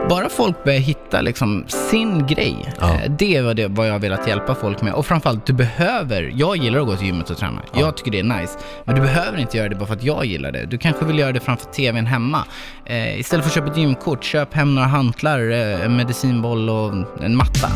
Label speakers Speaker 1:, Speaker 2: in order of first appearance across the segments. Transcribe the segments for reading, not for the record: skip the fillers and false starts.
Speaker 1: Bara folk börjar hitta liksom sin grej. Det är vad jag har velat hjälpa folk med. Och framförallt, jag gillar att gå till gymmet och träna. Jag tycker det är nice. Men du behöver inte göra det bara för att jag gillar det. Du kanske vill göra det framför tvn hemma. Istället för att köpa ett gymkort, köp hem några hantlar, en medicinboll och en matta.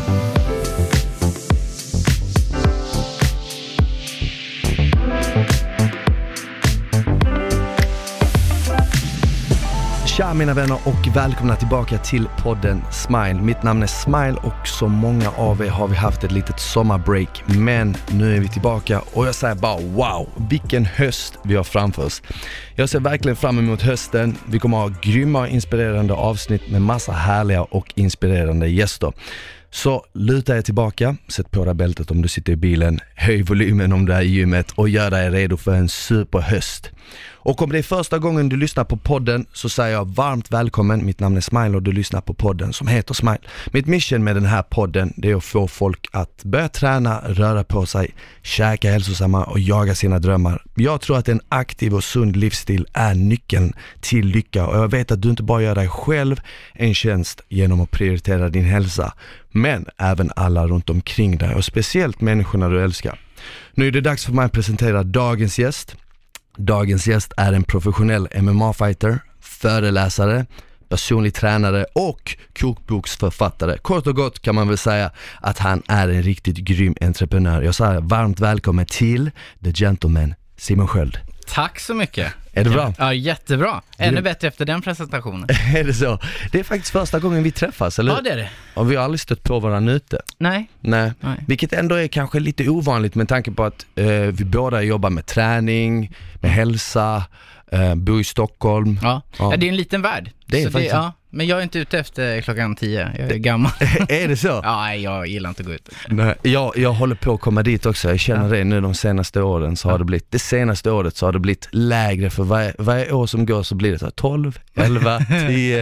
Speaker 2: Tja mina vänner och välkomna tillbaka till podden Smile. Mitt namn är Smile och som många av er har vi haft ett litet sommarbreak. Men nu är vi tillbaka och jag säger bara wow, vilken höst vi har framför oss. Jag ser verkligen fram emot hösten. Vi kommer ha grymma och inspirerande avsnitt med massa härliga och inspirerande gäster. Så luta er tillbaka, sätt på dig bältet om du sitter i bilen, höj volymen om du är i gymmet och gör dig redo för en superhöst. Och om det är första gången du lyssnar på podden så säger jag varmt välkommen. Mitt namn är Smile och du lyssnar på podden som heter Smile. Mitt mission med den här podden det är att få folk att börja träna, röra på sig, käka hälsosamma och jaga sina drömmar. Jag tror att en aktiv och sund livsstil är nyckeln till lycka och jag vet att du inte bara gör dig själv en tjänst genom att prioritera din hälsa, men även alla runt omkring dig och speciellt människorna du älskar. Nu är det dags för mig att presentera dagens gäst. Dagens gäst är en professionell MMA-fighter, föreläsare, personlig tränare och kokboksförfattare. Kort och gott kan man väl säga att han är en riktigt grym entreprenör. Jag säger varmt välkommen till The Gentleman, Simon Sköld.
Speaker 1: Tack så mycket.
Speaker 2: Är det bra?
Speaker 1: Ja, jättebra. Ännu bättre efter den presentationen.
Speaker 2: Är det så? Det är faktiskt första gången vi träffas, eller?
Speaker 1: Ja, det är det.
Speaker 2: Och vi har aldrig stött på varandra ute.
Speaker 1: Nej.
Speaker 2: Vilket ändå är kanske lite ovanligt med tanke på att vi båda jobbar med träning, med hälsa, bor i Stockholm.
Speaker 1: Ja, det är en liten värld.
Speaker 2: Det är
Speaker 1: så
Speaker 2: faktiskt.
Speaker 1: Men jag är inte ute efter klockan 10. Jag är gammal.
Speaker 2: Är det så?
Speaker 1: Ja, jag gillar inte att gå ut.
Speaker 2: Nej, jag håller på att komma dit också. Jag känner det nu de senaste åren så har det blivit. Det senaste året så har det blivit lägre för varje år som går så blir det så 12, 11, 10.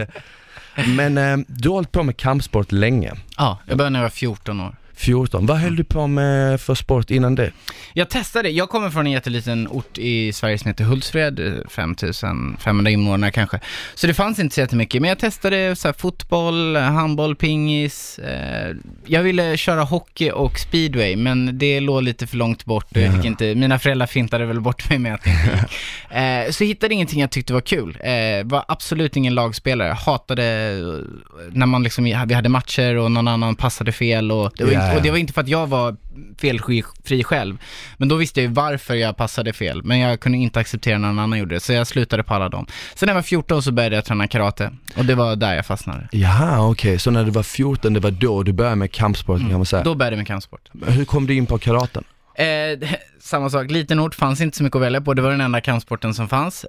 Speaker 2: Men du har hållit på med kampsport länge.
Speaker 1: Ja, jag började när jag var 14 år.
Speaker 2: 14. Vad höll du på med för sport innan det?
Speaker 1: Jag testade. Jag kommer från en jätteliten ort i Sverige som heter Hultsfred, 5500 invånare kanske. Så det fanns inte så jättemycket. Men jag testade så här, fotboll, handboll, pingis. Jag ville köra hockey och speedway, men det låg lite för långt bort. Jag fick inte, mina föräldrar fintade väl bort mig med att det inte gick. Så hittade ingenting jag tyckte var kul. Var absolut ingen lagspelare. Hatade när man liksom, vi hade matcher och någon annan passade fel och det var inte för att jag var felfri själv. Men då visste jag ju varför jag passade fel. Men jag kunde inte acceptera när någon annan gjorde det. Så jag slutade på alla dem. Sen när jag var 14 så började jag träna karate. Och det var där jag fastnade.
Speaker 2: Jaha, okej. Så när du var 14, det var då du började med kampsport kan man säga?
Speaker 1: Då började jag med kampsport.
Speaker 2: Hur kom du in på karaten?
Speaker 1: Samma sak, liten ort, fanns inte så mycket att välja på. Det var den enda kampsporten som fanns.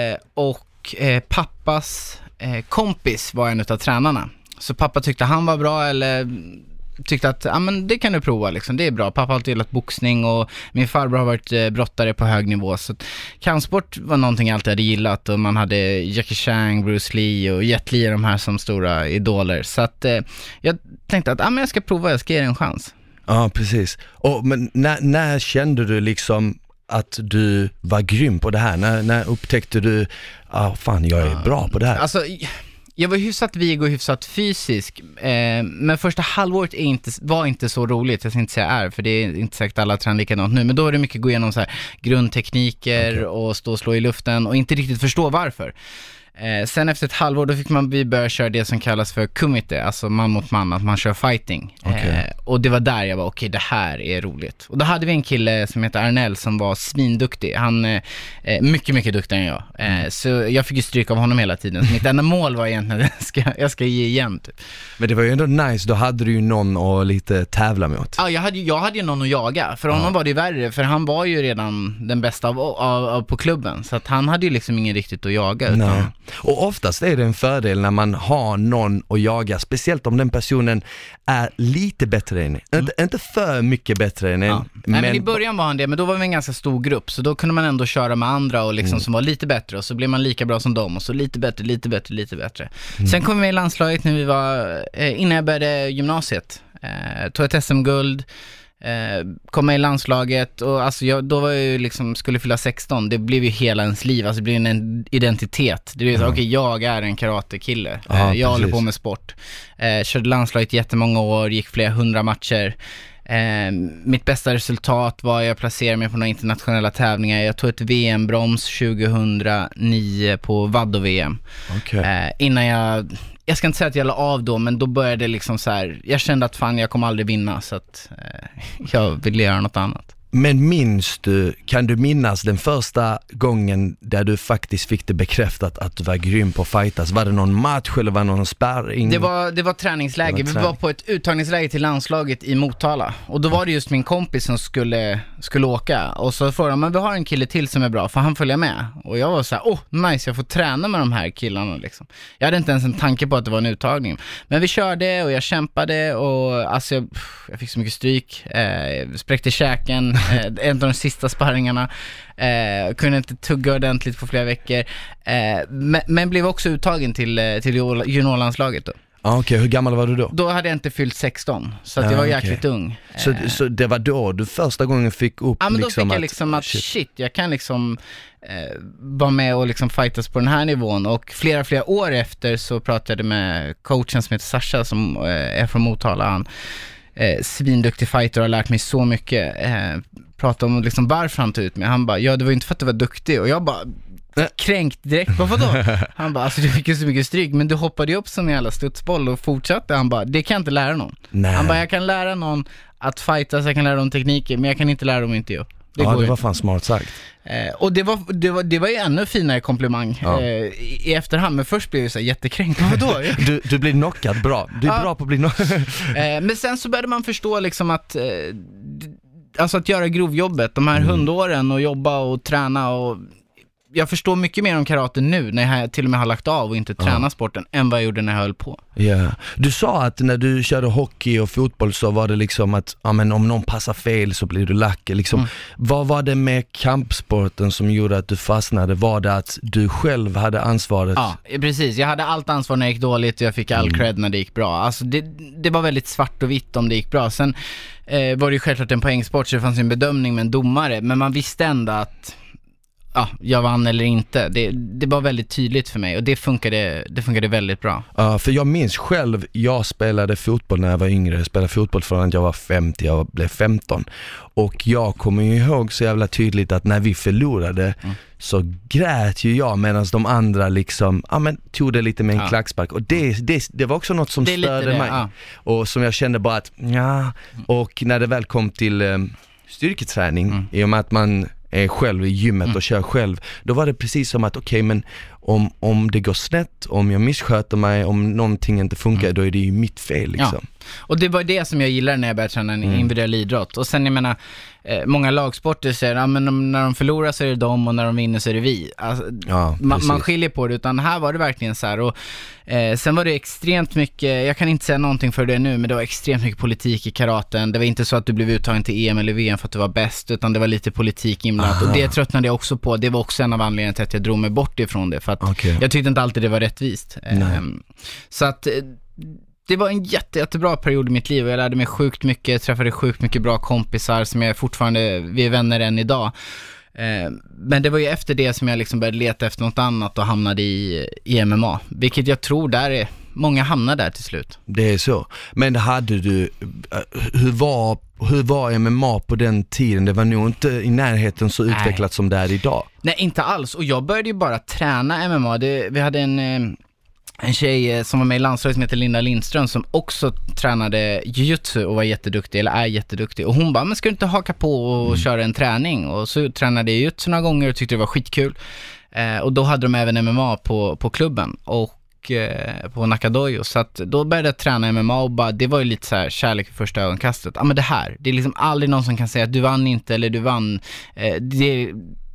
Speaker 1: Pappas kompis var en av tränarna. Så pappa tyckte han var bra eller tyckte att men det kan du prova liksom, det är bra. Pappa har alltid gillat boxning och min farbror har varit brottare på hög nivå, så kampsport var någonting jag alltid hade gillat och man hade Jackie Chan, Bruce Lee och Jet Li, de här som stora idoler, så att jag tänkte att jag ska prova, jag ska ge det en chans.
Speaker 2: Ja, precis. Men när kände du liksom att du var grym på det här? När upptäckte du fan, jag är bra på det här?
Speaker 1: Alltså, jag var hyfsat vig och hyfsat fysisk, men första halvåret var inte så roligt. Jag ska inte säga för det är inte säkert alla tränar likadant nu, men då är det mycket gå igenom så här grundtekniker och stå och slå i luften och inte riktigt förstå varför. Sen efter ett halvår då fick vi börja köra det som kallas för kumite, alltså man mot man, att man kör fighting. Och det var där jag var, okej, det här är roligt. Och då hade vi en kille som heter Arnell som var svinduktig. Han är mycket, mycket duktigare än jag. Så jag fick ju stryk av honom hela tiden. Så mitt enda mål var egentligen att jag ska ge igen typ.
Speaker 2: Men det var ju ändå nice, då hade du ju någon att lite tävla mot.
Speaker 1: Ja, jag hade ju någon att jaga. För honom var det ju värre, för han var ju redan den bästa av på klubben. Så att han hade ju liksom ingen riktigt att jaga. Utan
Speaker 2: och oftast är det en fördel när man har någon att jaga, speciellt om den personen är lite bättre än en. Inte för mycket bättre än en.
Speaker 1: Ja. Men i början var han det, men då var vi en ganska stor grupp, så då kunde man ändå köra med andra och liksom som var lite bättre, och så blev man lika bra som dem och så lite bättre. Sen kom vi med i landslaget när vi var innan jag började gymnasiet. Tog ett SM-guld. Kom med i landslaget och alltså då var jag ju liksom, skulle fylla 16. Det blev ju hela ens liv, alltså det blev en identitet. Det blev så, okej, jag är en karatekille. Jag håller på med sport. Körde landslaget jättemånga år, gick flera 100 matcher. Mitt bästa resultat var jag placerade mig på några internationella tävlingar. Jag tog ett VM-broms 2009 på Vaddo-VM. Innan jag ska inte säga att jag la av då, men då började det liksom så här, jag kände att fan, jag kommer aldrig vinna, så att jag ville göra något annat.
Speaker 2: Men kan du minnas den första gången där du faktiskt fick det bekräftat att du var grym på fightas? Var det någon match eller var det någon sparring? Det
Speaker 1: var träningsläge. Vi var på ett uttagningsläge till landslaget i Motala. Och då var det just min kompis som skulle åka. Och så frågade han, men vi har en kille till som är bra, för han följer med. Och jag var så här, nice, jag får träna med de här killarna liksom. Jag hade inte ens en tanke på att det var en uttagning. Men vi körde och jag kämpade och alltså jag fick så mycket stryk. Spräckte käken. En av de sista sparringarna. Kunde inte tugga ordentligt på flera veckor. Men blev också uttagen till juniorlandslaget då.
Speaker 2: Okej, hur gammal var du då?
Speaker 1: Då hade jag inte fyllt 16, så att jag var jäkligt ung.
Speaker 2: Så det var då du första gången fick upp
Speaker 1: men då
Speaker 2: liksom
Speaker 1: fick jag liksom att shit, jag kan liksom vara med och liksom fightas på den här nivån. Och flera år efter så pratade jag med coachen som heter Sasha, som är från Motala. Han svinduktig fighter och har lärt mig så mycket. Pratade om liksom varför han tog ut mig. Han bara, ja, det var inte för att du var duktig. Och jag bara kränkt direkt. Varför då? Han bara, alltså du fick ju så mycket stryk, men du hoppade ju upp som en jävla studsboll och fortsatte. Han bara, det kan jag inte lära någon. Nej. Han bara, jag kan lära någon att fightas, jag kan lära dem tekniker, men jag kan inte lära dem inte upp.
Speaker 2: Det var fan smart sagt.
Speaker 1: Och det var ju ännu finare komplimang i efterhand, men först blev jag så jättekränkt. Vadå?
Speaker 2: Du blir knockad bra. Du är bra på att bli knockad.
Speaker 1: Men sen så började man förstå liksom att alltså att göra grovjobbet, de här 100 åren och jobba och träna, och jag förstår mycket mer om karate nu när jag till och med har lagt av och inte tränar sporten än vad jag gjorde när jag höll på.
Speaker 2: Ja. Du sa att när du körde hockey och fotboll så var det liksom att men om någon passar fel så blir du lack. Liksom. Vad var det med kampsporten som gjorde att du fastnade? Var det att du själv hade ansvaret?
Speaker 1: Ja, precis. Jag hade allt ansvar när det gick dåligt och jag fick all cred när det gick bra. Alltså det var väldigt svart och vitt om det gick bra. Sen var det ju självklart en poängsport, så det fanns en bedömning med en domare, men man visste ändå att jag vann eller inte. Det var väldigt tydligt för mig och det funkade väldigt bra.
Speaker 2: För jag minns själv, jag spelade fotboll när jag var yngre. Jag spelade fotboll från att jag var 50, jag blev 15. Och jag kommer ju ihåg så jävla tydligt att när vi förlorade så grät ju jag, medan de andra liksom tog det lite med en klackspark. Och det var också något som störde mig. Och som jag kände bara att och när det väl kom till styrketräning, i och med att man är själv i gymmet och kör själv, då var det precis som att men om det går snett, om jag missköter mig, om någonting inte funkar, då är det ju mitt fel liksom. Ja.
Speaker 1: Och det var det som jag gillade när jag började träna en individuell idrott. Och sen jag menar, många lagsporter säger men när de förlorar så är det de och när de vinner så är det vi. Alltså, man skiljer på det, utan här var det verkligen så här. Och sen var det extremt mycket, jag kan inte säga någonting för det nu, men det var extremt mycket politik i karaten. Det var inte så att du blev uttagen till EM eller VM för att du var bäst, utan det var lite politik inblandat. Och det tröttnade jag också på. Det var också en av anledningarna till att jag drog mig bort ifrån det, för att jag tyckte inte alltid det var rättvist. Så att det var en jättebra period i mitt liv och jag lärde mig sjukt mycket, träffade sjukt mycket bra kompisar som jag fortfarande, vi är vänner än idag. Men det var ju efter det som jag liksom började leta efter något annat och hamnade i MMA, vilket jag tror många hamnar där till slut. Det
Speaker 2: är så. Men hade du, hur var MMA på den tiden? Det var nog inte i närheten så utvecklat som det är idag.
Speaker 1: Nej, inte alls. Och jag började ju bara träna MMA. Vi hade en tjej som var med i landslaget som heter Linda Lindström, som också tränade jiu-jitsu och var jätteduktig, eller är jätteduktig. Och hon bara, men ska du inte haka på och köra en träning? Och så tränade jag jiu-jitsu några gånger och tyckte det var skitkul. Och då hade de även MMA på klubben och på Nakadojo. Så att då började jag träna MMA och bara, det var ju lite så här kärlek i första ögonkastet. Men det är liksom aldrig någon som kan säga att du vann inte eller du vann. Det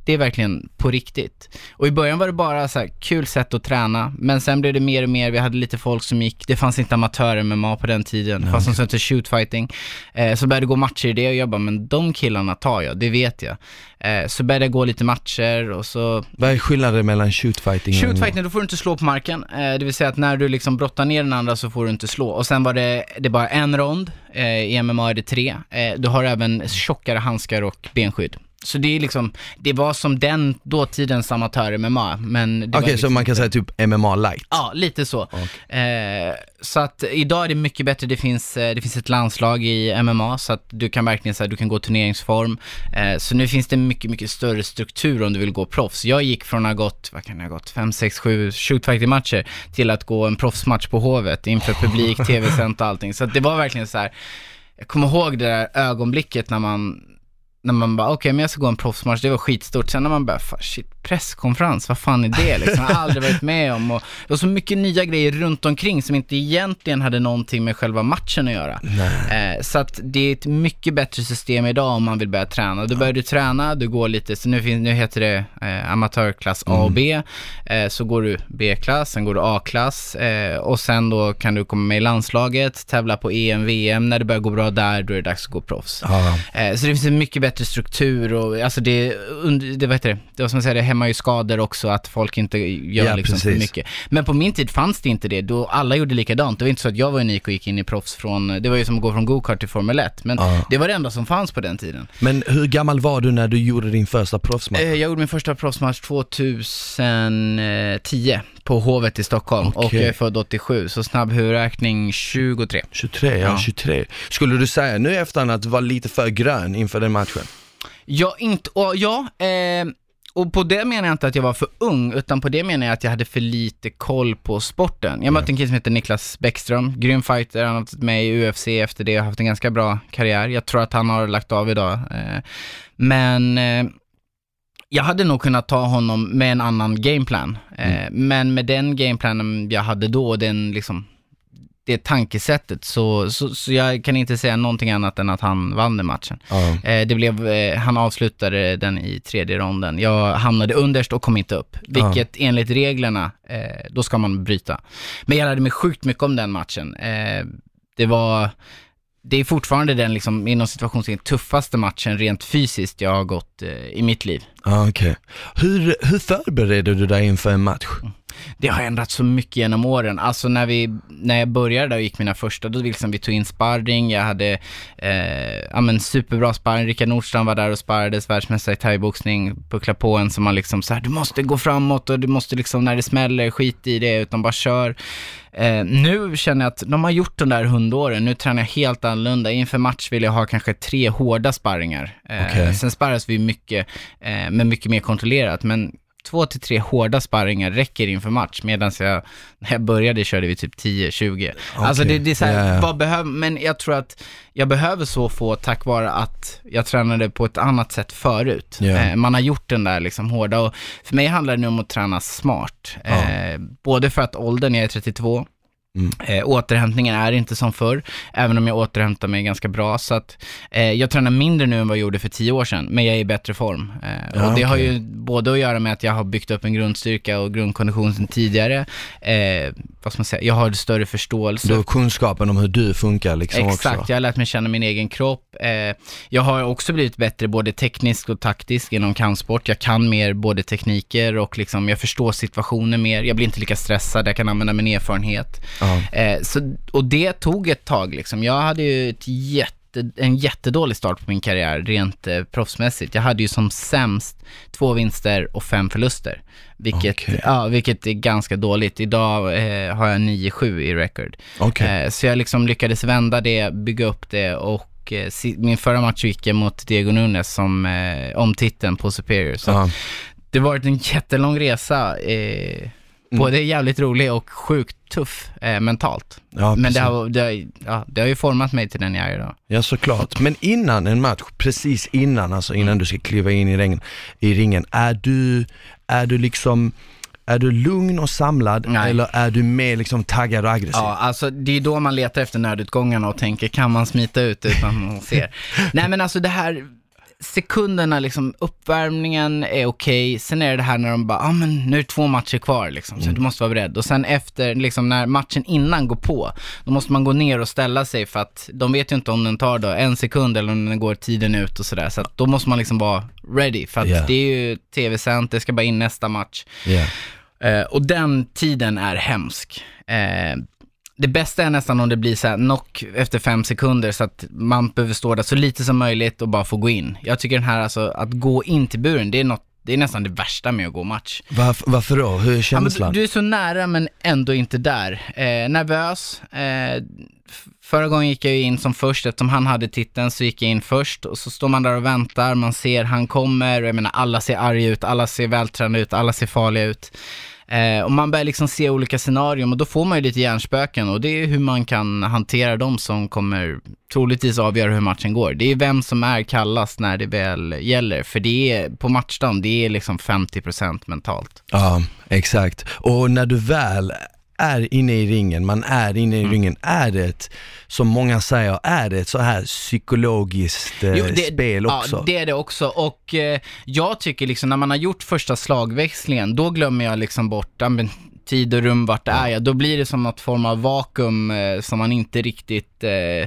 Speaker 1: det är verkligen på riktigt. Och i början var det bara så här kul sätt att träna, men sen blev det mer och mer, vi hade lite folk som gick, det fanns inte amatörer MMA på den tiden, det fanns som heter shootfighting, så började det gå matcher i det och jag bara, men de killarna tar jag, det vet jag. Så började det gå lite matcher och så...
Speaker 2: Vad är skillnaden mellan shootfighting och...
Speaker 1: Shootfighting, då får du inte slå på marken, det vill säga att när du liksom brottar ner den andra så får du inte slå. Och sen var det bara en rond, i MMA är det 3. Du har även tjockare handskar och benskydd. Så det är liksom, det var som den dåtidens amatör MMA, men
Speaker 2: Okej,
Speaker 1: liksom,
Speaker 2: så man kan säga typ MMA light.
Speaker 1: Ja, lite så. Okay. Så att idag är det mycket bättre, det finns ett landslag i MMA så att du kan verkligen så här, du kan gå turneringsform. Så nu finns det mycket, mycket större struktur om du vill gå proffs. Jag gick från att ha gått, 5, 6, 7 shootfighting-matcher till att gå en proffsmatch på Hovet inför publik, tv-sänt och allting. Så att det var verkligen så här, jag kommer ihåg det där ögonblicket när man bara, okej, men jag ska gå en proffsmatch, det var skitstort. Sen när man bara, presskonferens, vad fan är det liksom? Jag har aldrig varit med om, och det var så mycket nya grejer runt omkring som inte egentligen hade någonting med själva matchen att göra. Så att det är ett mycket bättre system idag om man vill börja träna. Då börjar du träna, du går lite, så nu heter det amatörklass A och B, så går du B-klass, sen går du A-klass, och sen då kan du komma med i landslaget, tävla på EM, VM, när det börjar gå bra där, då är det dags att gå proffs. Så det finns en mycket bättre struktur, och alltså det vad heter det? Det var som jag säger, det hämmar ju skador också, att folk inte gör liksom för mycket. Men på min tid fanns det inte det, då alla gjorde likadant. Det var inte så att jag var unik och gick in i proffs det var ju som att gå från go-kart till Formel 1, men det var det enda som fanns på den tiden.
Speaker 2: Men hur gammal var du när du gjorde din första proffsmatch?
Speaker 1: Jag gjorde min första proffsmatch 2010 på Hovet i Stockholm, och jag är född 87, så snabb huvudräkning 23.
Speaker 2: 23. Skulle du säga nu efter att du var lite för grön inför den matchen? Och på det menar jag inte att jag var för ung, utan på det menar jag att jag hade för lite koll på sporten. Jag mötte en kille som heter Niklas Bäckström, grym fighter, han har varit med i UFC efter det och haft en ganska bra karriär. Jag tror att han har lagt av idag. Men jag hade nog kunnat ta honom med en annan gameplan. Men med den gameplanen jag hade då, den liksom, det tankesättet, så jag kan inte säga någonting annat än att han vann den matchen. Han avslutade den i 3:e ronden. Jag hamnade underst och kom inte upp, vilket enligt reglerna då ska man bryta. Men jag lärde mig sjukt mycket om den matchen. Det är fortfarande den liksom, inom situationen tuffaste matchen rent fysiskt jag har gått i mitt liv. Okej. Hur förbereder du dig inför en match?
Speaker 1: Det har ändrat så mycket genom åren. Alltså när jag började och gick mina första, då liksom vi tog in sparring. Jag hade superbra sparring. Rickard Nordstrand var där och sparrades, världsmästare i thaiboxning, puckla på en som man liksom så här, du måste gå framåt och du måste liksom, när det smäller, skit i det, utan bara kör. Nu känner jag att de har gjort de där 100 åren. Nu tränar jag helt annorlunda. Inför match vill jag ha kanske 3 hårda sparringar. Sen sparras vi mycket, men mycket mer kontrollerat. Men 2 till 3 hårda sparringar räcker inför match, medan när jag började körde vi typ 10-20. Alltså det är så här, vad behöver, men jag tror att jag behöver så få, tack vare att jag tränade på ett annat sätt förut. Man har gjort den där liksom hårda, och för mig handlar det nu om att träna smart. Både för att åldern, jag är 32. Återhämtningen är inte som förr, även om jag återhämtar mig ganska bra, så att jag tränar mindre nu än vad jag gjorde för 10 år sedan, men jag är i bättre form, och det har ju både att göra med att jag har byggt upp en grundstyrka och grundkondition sedan tidigare, vad ska man säga, jag har större förståelse.
Speaker 2: Du har kunskapen om hur du funkar liksom.
Speaker 1: Exakt,
Speaker 2: också.
Speaker 1: Jag har lärt mig känna min egen kropp. Jag har också blivit bättre både tekniskt och taktiskt inom kampsport. Jag kan mer både tekniker och liksom, jag förstår situationen mer. Jag blir inte lika stressad, jag kan använda min erfarenhet. Och det tog ett tag liksom. Jag hade ju en jättedålig start på min karriär rent proffsmässigt. Jag hade ju som sämst 2 vinster och 5 förluster, vilket är ganska dåligt. Idag har jag 9-7 i record. Så jag liksom lyckades vända det, bygga upp det, och min förra match gick jag mot Diego Nunes som om titeln på Superior. Så det har varit en jättelång resa, både jävligt rolig och sjukt tuff mentalt. Men det har ju format mig till den jag är idag.
Speaker 2: Ja, såklart. Men innan en match, precis innan, alltså innan du ska kliva in i ringen, är du liksom, är du lugn och samlad? Nej. Eller är du mer liksom taggad och aggressiv?
Speaker 1: Ja, alltså det är då man letar efter nödutgångarna och tänker, kan man smita ut utan att man ser? Nej, men alltså det här, sekunderna liksom, uppvärmningen är okej. Sen är det här när de bara, men nu är det 2 matcher kvar liksom, så du måste vara beredd. Och sen efter, liksom när matchen innan går på, då måste man gå ner och ställa sig, för att de vet ju inte om den tar då 1 sekund eller om den går tiden ut och sådär. Så att då måste man liksom vara ready, för att det är ju tv-sänt, det ska bara in nästa match. Och den tiden är hemsk. Det bästa är nästan om det blir så här knock efter 5 sekunder, så att man behöver stå där så lite som möjligt och bara få gå in. Jag tycker den här, alltså, att gå in till buren, det är nästan det värsta med att gå match.
Speaker 2: Varför då? Hur är känslan?
Speaker 1: Du är så nära men ändå inte där. Nervös. Förra gången gick jag in som först, eftersom han hade titeln så gick jag in först. Och så står man där och väntar, man ser han kommer. Jag menar, alla ser arga ut, alla ser vältränade ut, alla ser farliga ut. Och man börjar liksom se olika scenarier, och då får man ju lite hjärnspöken, och det är hur man kan hantera dem som kommer troligtvis avgöra hur matchen går. Det är vem som är kallast när det väl gäller, för det är på matchdagen, det är liksom 50% mentalt.
Speaker 2: Ja, exakt. Och när du väl är inne i ringen, man är inne i ringen, är det, som många säger, är det ett så här psykologiskt spel också?
Speaker 1: Ja, det är det också, och jag tycker liksom när man har gjort första slagväxlingen, då glömmer jag liksom bort tid och rum, vart är jag? Då blir det som något form av vakuum som man inte riktigt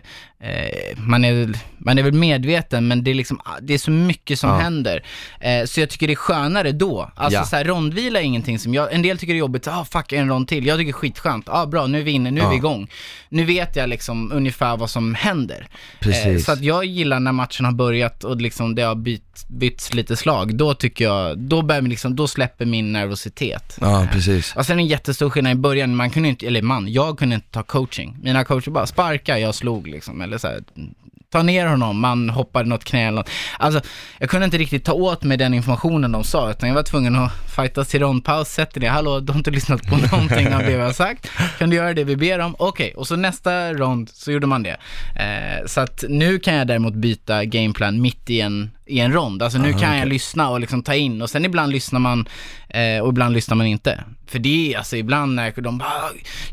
Speaker 1: man är väl medveten, men det är liksom, det är så mycket som händer, så jag tycker det är skönare då. Alltså så här, rondvila är ingenting som en del tycker det är jobbigt, fuck, en rond till. Jag tycker det är skitskönt, bra, nu är vi inne, nu är vi igång. Nu vet jag liksom ungefär vad som händer. Så att jag gillar när matchen har börjat och liksom det har bytts lite slag. Då tycker jag, då släpper min nervositet.
Speaker 2: Ja, precis.
Speaker 1: Och sen en jättestor skillnad i början, jag kunde inte ta coaching. Mina coacher bara sparka, jag slog liksom, eller så här, ta ner honom, man hoppade något knä eller något. Alltså, jag kunde inte riktigt ta åt mig den informationen de sa, utan jag var tvungen att fightas till rondpaus, sätter det, hallå, du har inte lyssnat på någonting av det vi har sagt, kan du göra det vi ber om? Okej. Och så nästa rond så gjorde man det. Så att nu kan jag däremot byta gameplan mitt i en rond. Alltså nu kan jag lyssna och liksom ta in, och sen ibland lyssnar man och ibland lyssnar man inte. För det är alltså ibland när de bara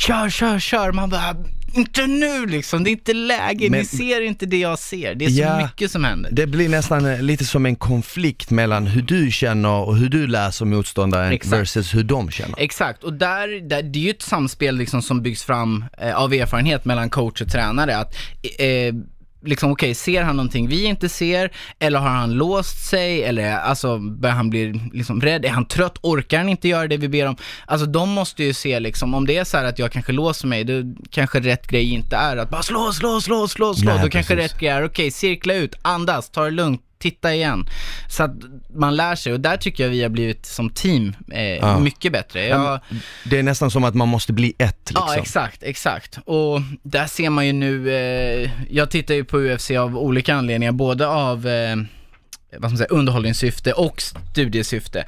Speaker 1: kör, man bara inte nu liksom, det är inte läge, ni ser inte det jag ser. Det är så mycket som händer.
Speaker 2: Det blir nästan lite som en konflikt mellan hur du känner och hur du läser motståndaren versus hur de känner. Exakt,
Speaker 1: och där det är ju ett samspel liksom som byggs fram av erfarenhet mellan coach och tränare, att liksom okej, ser han någonting vi inte ser, eller har han låst sig, eller alltså börjar han bli liksom rädd, är han trött, orkar han inte göra det vi ber om? Alltså de måste ju se liksom, om det är så här att jag kanske låser mig, då kanske rätt grej inte är att bara slå. Nej, då kanske rätt grej är okej, cirkla ut, andas, ta det lugnt, titta igen. Så att man lär sig, och där tycker jag vi har blivit som team mycket bättre.
Speaker 2: Det är nästan som att man måste bli ett liksom.
Speaker 1: Ja, exakt. Och där ser man ju nu, jag tittar ju på UFC av olika anledningar, både av vad ska man säga, underhållningssyfte och studiesyfte.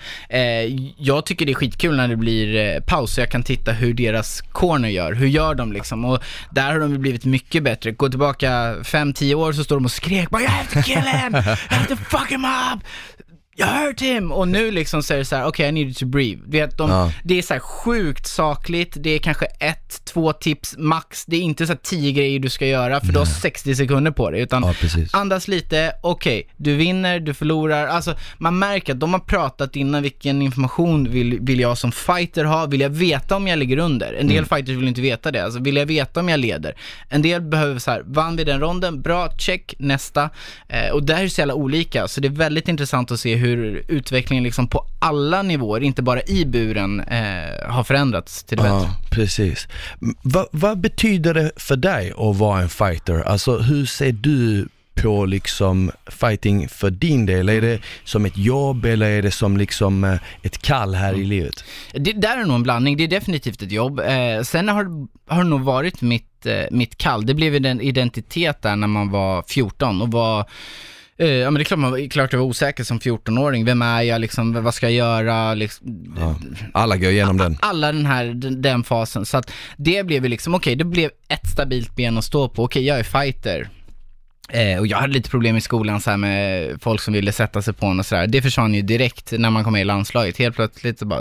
Speaker 1: Jag tycker det är skitkul när det blir paus, så jag kan titta hur deras corner gör. Hur gör de liksom? Och där har de blivit mycket bättre. Gå tillbaka 5-10 år så står de och skrek bara, you have to kill him! You have to fuck him up! Jag hört him! Och nu liksom säger det så här, okay, I need you to breathe. Vet, det är så här sjukt sakligt. Det är kanske 1-2 tips max. Det är inte så här 10 grejer du ska göra, för du har 60 sekunder på det. Utan andas lite, okej, du vinner, du förlorar. Alltså man märker att de har pratat innan, vilken information vill jag som fighter ha? Vill jag veta om jag ligger under? En del fighters vill inte veta det. Alltså vill jag veta om jag leder? En del behöver så här, vann vi den ronden? Bra, check, nästa. Och det här är så jävla olika. Så det är väldigt intressant att se hur utvecklingen liksom på alla nivåer, inte bara i buren, har förändrats till det bättre.
Speaker 2: Precis. Vad betyder det för dig att vara en fighter? Alltså hur ser du på liksom fighting för din del? Är det som ett jobb, eller är det som liksom ett kall här i livet?
Speaker 1: Det där är nog en blandning. Det är definitivt ett jobb. Sen har det nog varit mitt kall. Det blev en identitet där när man var 14 och var men det är klart jag var osäker som 14-åring. Vem är jag liksom, vad ska jag göra liksom,
Speaker 2: alla går igenom den.
Speaker 1: Alla den fasen. Så att det blev liksom, okej, det blev ett stabilt ben att stå på. Okej, jag är fighter. Och jag hade lite problem i skolan så här, med folk som ville sätta sig på en och sådär. Det försvann ju direkt när man kom med i landslaget. Helt plötsligt så bara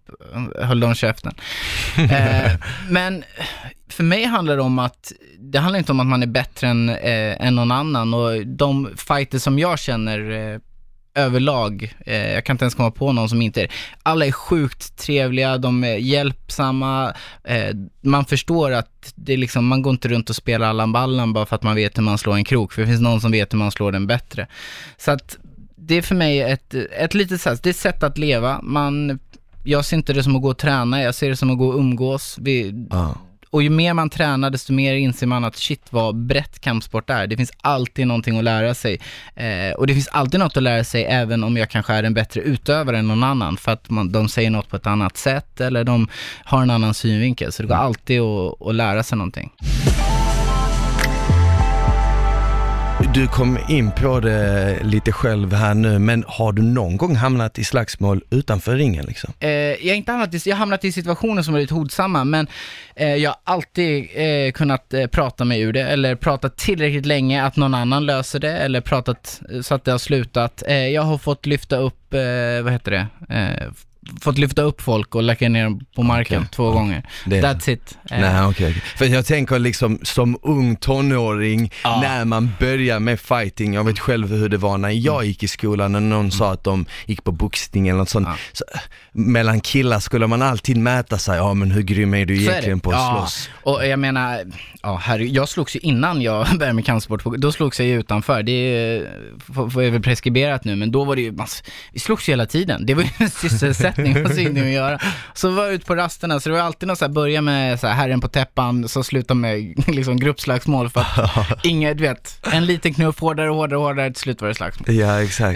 Speaker 1: höll de käften. Men för mig handlar det om att det handlar inte om att man är bättre än någon annan, och de fighter som jag känner överlag, jag kan inte ens komma på någon som inte är. Alla är sjukt trevliga, de är hjälpsamma, man förstår att det är liksom, man går inte runt och spelar Allan Ballan bara för att man vet hur man slår en krok, för det finns någon som vet hur man slår den bättre. Så att det är för mig ett litet sätt, det är ett sätt att leva. Jag ser inte det som att gå och träna, jag ser det som att gå och umgås. Och ju mer man tränar, desto mer inser man att shit, vad brett kampsport är. Det finns alltid någonting att lära sig. Och det finns alltid något att lära sig, även om jag kanske är en bättre utövare än någon annan. För att de säger något på ett annat sätt, eller de har en annan synvinkel. Så det går alltid att lära sig någonting.
Speaker 2: Du kom in på det lite själv här nu, men har du någon gång hamnat i slagsmål utanför ringen liksom?
Speaker 1: Jag har hamnat i situationer som är lite hotsamma, men jag har alltid kunnat prata mig ur det, eller pratat tillräckligt länge att någon annan löser det, eller pratat så att det har slutat. Jag har fått lyfta upp, fått lyfta upp folk och lägga ner på marken 2 gånger. That's it.
Speaker 2: Nej, okej. För jag tänker liksom som ung tonåring när man börjar med fighting, jag vet själv hur det var när jag gick i skolan, när någon sa att de gick på boxning eller något sånt. Så, mellan killar skulle man alltid mäta sig, men hur grym är du egentligen på att slåss?
Speaker 1: Och jag menar, jag slogs ju innan jag började med kampsport, då slogs jag ju utanför. Det är väl preskriberat nu, men då var det ju vi slogs ju hela tiden. Det var ju en sysselsättning att göra. Så var jag ute på rasterna, så det var alltid något så här, börja med så här, herren på täppan, så sluta med liksom gruppslagsmål, för att inget, du vet, en liten knuff, hårdare, till slut var det slagsmål.
Speaker 2: Ja, exakt.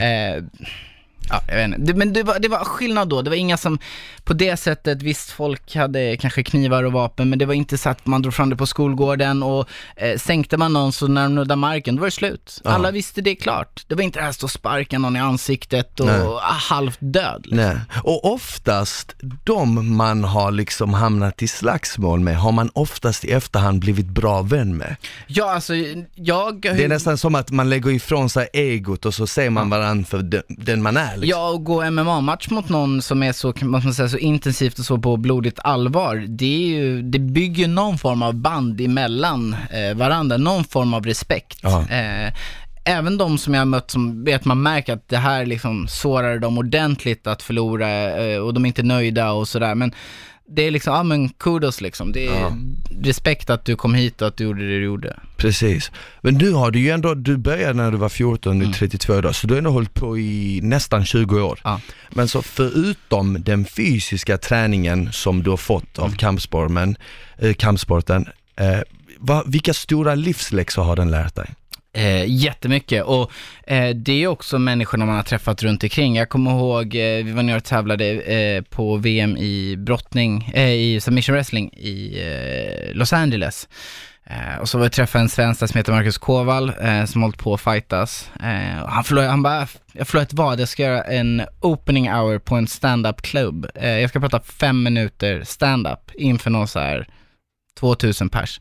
Speaker 1: Jag vet inte. Men det var skillnad då. Det var inga som på det sättet, visst, folk hade kanske knivar och vapen, men det var inte så att man drog fram det på skolgården och sänkte man någon så när de nuddade marken, då var det slut. Alla visste det klart. Det var inte det här att sparka någon i ansiktet och halvt död liksom.
Speaker 2: Nej. Och oftast de man har liksom hamnat i slagsmål med har man oftast i efterhand blivit bra vän med.
Speaker 1: Ja, alltså det
Speaker 2: är nästan som att man lägger ifrån sig egot och så ser man varandra för den man är. Liksom.
Speaker 1: Ja, och gå MMA-match mot någon som är så, kan man säga, så intensivt och så på blodigt allvar, det bygger någon form av band emellan varandra, någon form av respekt. Även de som jag har mött som vet, man märker att det här liksom sårar dem ordentligt att förlora och de är inte nöjda och sådär, men det är liksom, men kudos liksom. Det är respekt att du kom hit och att du gjorde det du gjorde.
Speaker 2: Precis. Men nu har du ju ändå, du började när du var 14, nu 32 idag, så du har ändå hållit på i nästan 20 år. Men så förutom den fysiska träningen som du har fått av kampsporten, vilka stora livsläxor har den lärt dig?
Speaker 1: Jättemycket, och det är också människorna man har träffat runt omkring. Jag kommer ihåg, vi var nere och tävlade på VM i brottning, i submission wrestling i Los Angeles. Och så var jag träffade en svensk som heter Marcus Koval som hållit på att fightas. Han bara, jag förlorar ett vad, jag ska göra en opening hour på en stand-up klubb. Jag ska prata 5 minuter stand-up inför någon så här 2000 pers.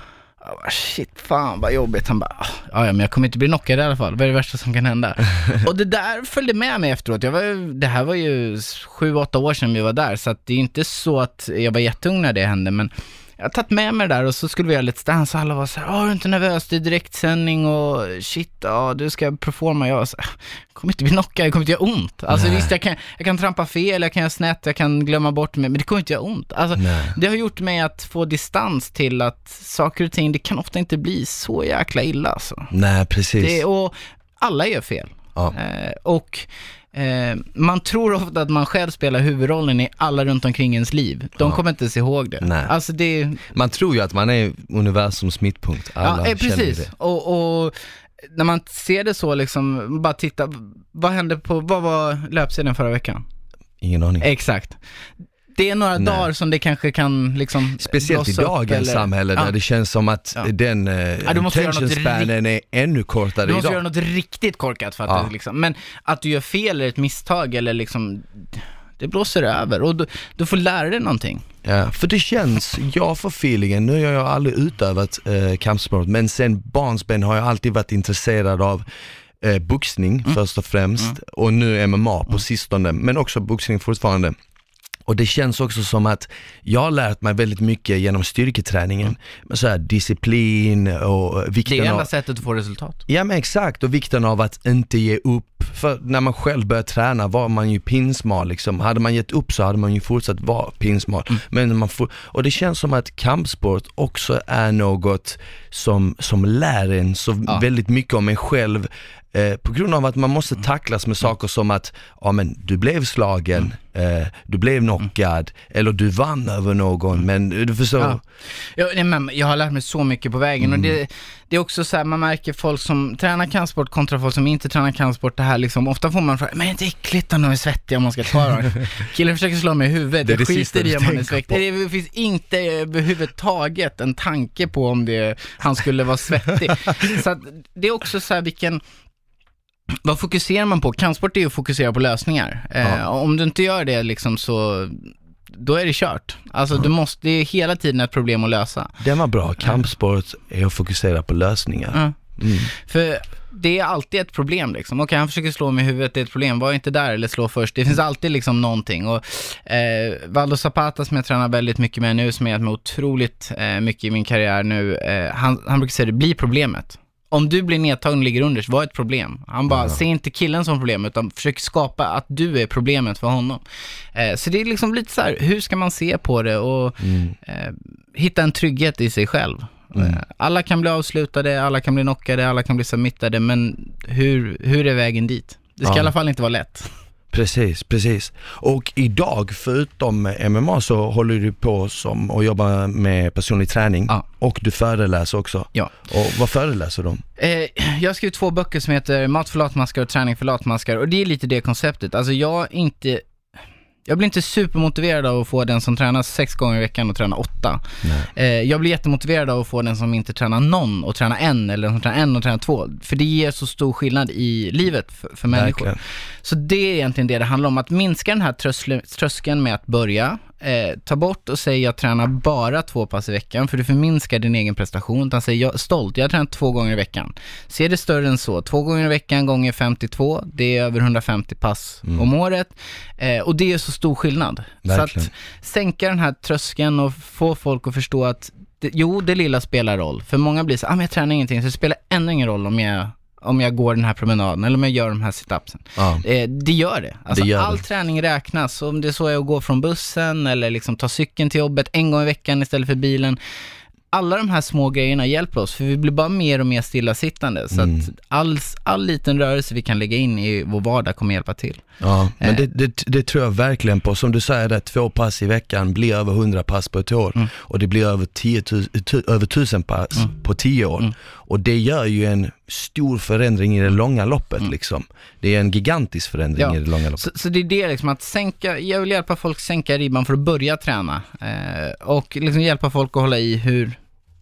Speaker 1: Shit, fan vad jobbigt. Han bara, men jag kommer inte bli knockad i alla fall. Vad är det värsta som kan hända? Och det där följde med mig efteråt. Det här var ju 7-8 år sedan vi var där, så att det är inte så att jag var jätteung när det hände, men jag har tagit med mig det där, och så skulle vi göra lite stans och alla var så här, är du inte nervös? Det är direktsändning och shit, du ska performa. Jag så här, kommer inte bli knockad, det kommer inte göra ont. Alltså visst, jag kan trampa fel, jag kan göra snett, jag kan glömma bort mig, men det kommer inte göra ont. Alltså, det har gjort mig att få distans till att saker och ting, det kan ofta inte bli så jäkla illa alltså.
Speaker 2: Nej, precis.
Speaker 1: Och alla gör fel. Och man tror ofta att man själv spelar huvudrollen i alla runt omkring ens liv. De kommer inte se ihåg det.
Speaker 2: Nej.
Speaker 1: Alltså man
Speaker 2: tror ju att man är universums mittpunkt. Alla
Speaker 1: precis.
Speaker 2: Det.
Speaker 1: Och när man ser det så liksom, bara titta, vad var löpsedeln förra veckan?
Speaker 2: Ingen aning.
Speaker 1: Exakt. Det är några dagar som det kanske kan liksom,
Speaker 2: speciellt i dagens samhälle där det känns som att den attention spanen är ännu kortare idag.
Speaker 1: Du måste göra något riktigt korkat för att liksom, men att du gör fel eller ett misstag eller liksom, det blåser över och du får lära dig någonting.
Speaker 2: Ja, för det känns, jag får feelingen, nu har jag aldrig utövat kampsport, men sen barnsben har jag alltid varit intresserad av boxning först och främst och nu MMA på sistone, men också boxning fortfarande. Och det känns också som att jag har lärt mig väldigt mycket genom styrketräningen. Men så här, disciplin och vikten
Speaker 1: Det är enda
Speaker 2: av...
Speaker 1: sättet att få resultat.
Speaker 2: Ja, men exakt. Och vikten av att inte ge upp. För när man själv började träna var man ju pinsmal liksom. Hade man gett upp så hade man ju fortsatt vara pinsmal. Men och det känns som att kampsport också är något som lär en så väldigt mycket om en själv. På grund av att man måste tacklas med saker som att men du blev slagen, du blev knockad eller du vann över någon, men du förstår.
Speaker 1: Men jag har lärt mig så mycket på vägen och det är också så här, man märker folk som tränar kampsport kontra folk som inte tränar kampsport. Det här liksom, ofta får man fråga, men är det inte äckligt om de är svettiga om man ska ta dem? Killen försöker slå mig i huvudet, det skiter i om man är svettig. Det finns inte överhuvudtaget en tanke på om han skulle vara svettig. Så att det är också så här, vad fokuserar man på? Kampsport är ju att fokusera på lösningar. Om du inte gör det liksom, så då är det kört. Alltså det är hela tiden ett problem att lösa.
Speaker 2: Det var bra. Kampsport är att fokusera på lösningar.
Speaker 1: För det är alltid ett problem liksom. Okej, han försöker slå mig i huvudet, det är ett problem. Var inte där eller slå först. Det finns alltid liksom någonting. Och Valdo Zapata, som jag tränar väldigt mycket med nu, som jag har med otroligt mycket i min karriär nu, han brukar säga det blir problemet. Om du blir nedtagen och ligger under, så var ett problem. Han bara, se inte killen som problem, utan försök skapa att du är problemet för honom. Så det är liksom lite så här, hur ska man se på det och hitta en trygghet i sig själv. Alla kan bli avslutade, alla kan bli knockade, alla kan bli submittade, men hur är vägen dit? Det ska i alla fall inte vara lätt.
Speaker 2: Precis. Och idag, förutom MMA, så håller du på och jobbar med personlig träning. Och du föreläser också. Ja. Och vad föreläser du?
Speaker 1: Jag har skrivit 2 böcker som heter Mat för latmaskar och Träning för latmaskar. Och det är lite det konceptet. Alltså jag blir inte supermotiverad av att få den som tränar 6 gånger i veckan och tränar 8. Jag blir jättemotiverad av att få den som inte tränar någon och tränar 1, eller den som tränar 1 och tränar 2. För det ger så stor skillnad i livet för människor. Verkligen. Så det är egentligen det handlar om. Att minska den här tröskeln med att börja. Ta bort och säg jag tränar bara 2 pass i veckan, för du förminskar din egen prestation. Utan säg jag tränar 2 gånger i veckan. Se det större än så. 2 gånger i veckan gånger 52, det är över 150 pass om året. Och det är så stor skillnad.
Speaker 2: Verkligen.
Speaker 1: Så att sänka den här tröskeln och få folk att förstå att det lilla spelar roll. För många blir så, men jag tränar ingenting, så det spelar ännu ingen roll om jag går den här promenaden eller om jag gör de här sit-upsen. Det gör det. Alltså all träning räknas. Om det är så är att gå från bussen eller liksom ta cykeln till jobbet 1 gång i veckan istället för bilen. Alla de här små grejerna hjälper oss, för vi blir bara mer och mer stillasittande. Så att all liten rörelse vi kan lägga in i vår vardag kommer hjälpa till.
Speaker 2: Ja, men det tror jag verkligen på. Som du säger, att 2 pass i veckan blir över 100 pass på ett år. Och det blir över 1000 pass på 10 år. Och det gör ju en stor förändring i det långa loppet liksom. Det är en gigantisk förändring i det långa loppet.
Speaker 1: Så det är det liksom, att jag vill hjälpa folk sänka ribban för att börja träna. Och liksom hjälpa folk att hålla i hur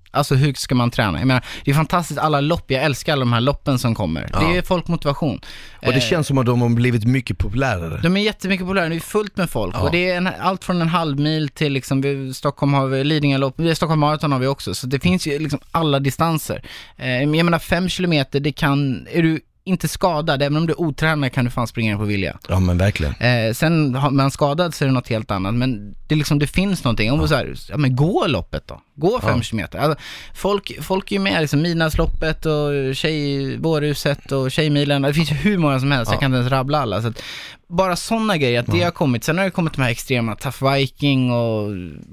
Speaker 1: ska man träna? Jag menar, det är fantastiskt, alla lopp, jag älskar alla de här loppen som kommer. Det är folkmotivation.
Speaker 2: Och det känns som att de har blivit mycket populärare.
Speaker 1: De är jättemycket populärare, det är fullt med folk. Och det är allt från en halvmil till liksom, Stockholm har vi Lidingölopp, Stockholm Marathon har vi också. Så det finns ju liksom alla distanser. Jag menar 5 kilometer, är du inte skadad, även om du är otränad kan du fan springa på vilja. Ja, men
Speaker 2: verkligen.
Speaker 1: Sen har man skadad så är det något helt annat, men det finns någonting. Om så här, men gå loppet då. Gå 5 kilometer. Alltså, folk är ju med liksom Midnattsloppet och Vårhuset och Tjejmilen. Det finns ju hur många som helst. Jag kan inte ens rabbla alla. Så att, bara sådana grejer, att det har kommit. Sen har det kommit de här extrema Tough Viking och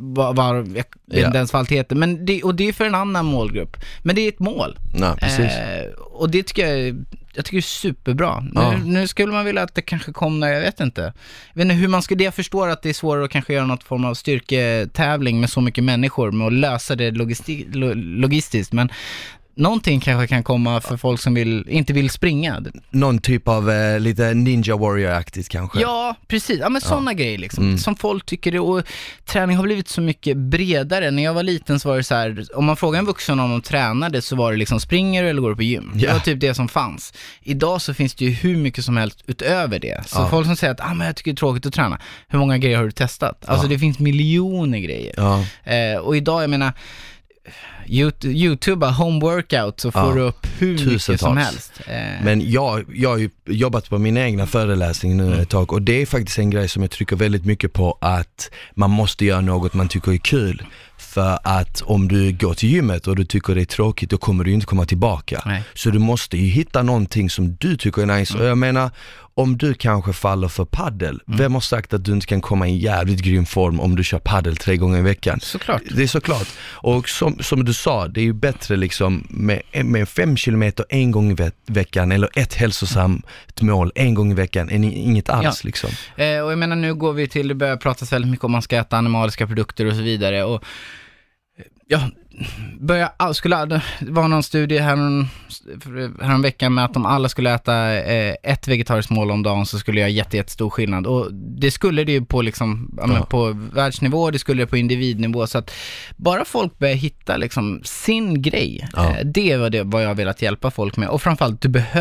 Speaker 1: vad den heter. Men det är för en annan målgrupp. Men det är ett mål.
Speaker 2: Ja, precis.
Speaker 1: Och det tycker jag tycker det är superbra. Nu skulle man vilja att det kanske kommer, jag vet inte hur man ska, det jag förstår att det är svårare att kanske göra något form av styrketävling med så mycket människor, med att lösa det logistiskt, men någonting kanske kan komma för folk som inte vill springa.
Speaker 2: Någon typ av lite Ninja Warrior-aktigt kanske.
Speaker 1: Ja, precis. Ja, men sådana grejer liksom. Som folk tycker det. Och träning har blivit så mycket bredare. När jag var liten så var det så här, om man frågar en vuxen om de tränade så var det liksom, springer eller går på gym. Det var typ det som fanns. Idag så finns det ju hur mycket som helst utöver det. Så folk som säger att men jag tycker det är tråkigt att träna. Hur många grejer har du testat? Alltså det finns miljoner grejer. Och idag, jag menar, YouTubea home workout så får du upp hur mycket som helst.
Speaker 2: Men jag har ju jobbat på min egna föreläsning nu ett tag, och det är faktiskt en grej som jag trycker väldigt mycket på, att man måste göra något man tycker är kul. För att om du går till gymmet och du tycker det är tråkigt, då kommer du inte komma tillbaka.
Speaker 1: Nej.
Speaker 2: Så du måste ju hitta någonting som du tycker är nice. Och jag menar, om du kanske faller för paddel, vem har sagt att du inte kan komma i jävligt grym form om du kör paddel 3 gånger i veckan?
Speaker 1: Såklart.
Speaker 2: Det är såklart. Och som du sa, det är ju bättre liksom med 5 kilometer 1 gång i veckan, eller ett hälsosamt mål 1 gång i veckan, än inget alls liksom.
Speaker 1: Och jag menar, nu går vi till, det börjar pratas väldigt mycket om man ska äta animaliska produkter och så vidare, och det var någon studie här en vecka med att om alla skulle äta ett vegetariskt mål om dagen, så skulle jag jättestor skillnad. Och det skulle det ju på liksom, på världsnivå, det skulle det på individnivå. Så att bara folk börjar hitta liksom sin grej, det var vad jag har velat hjälpa folk med. Och framförallt,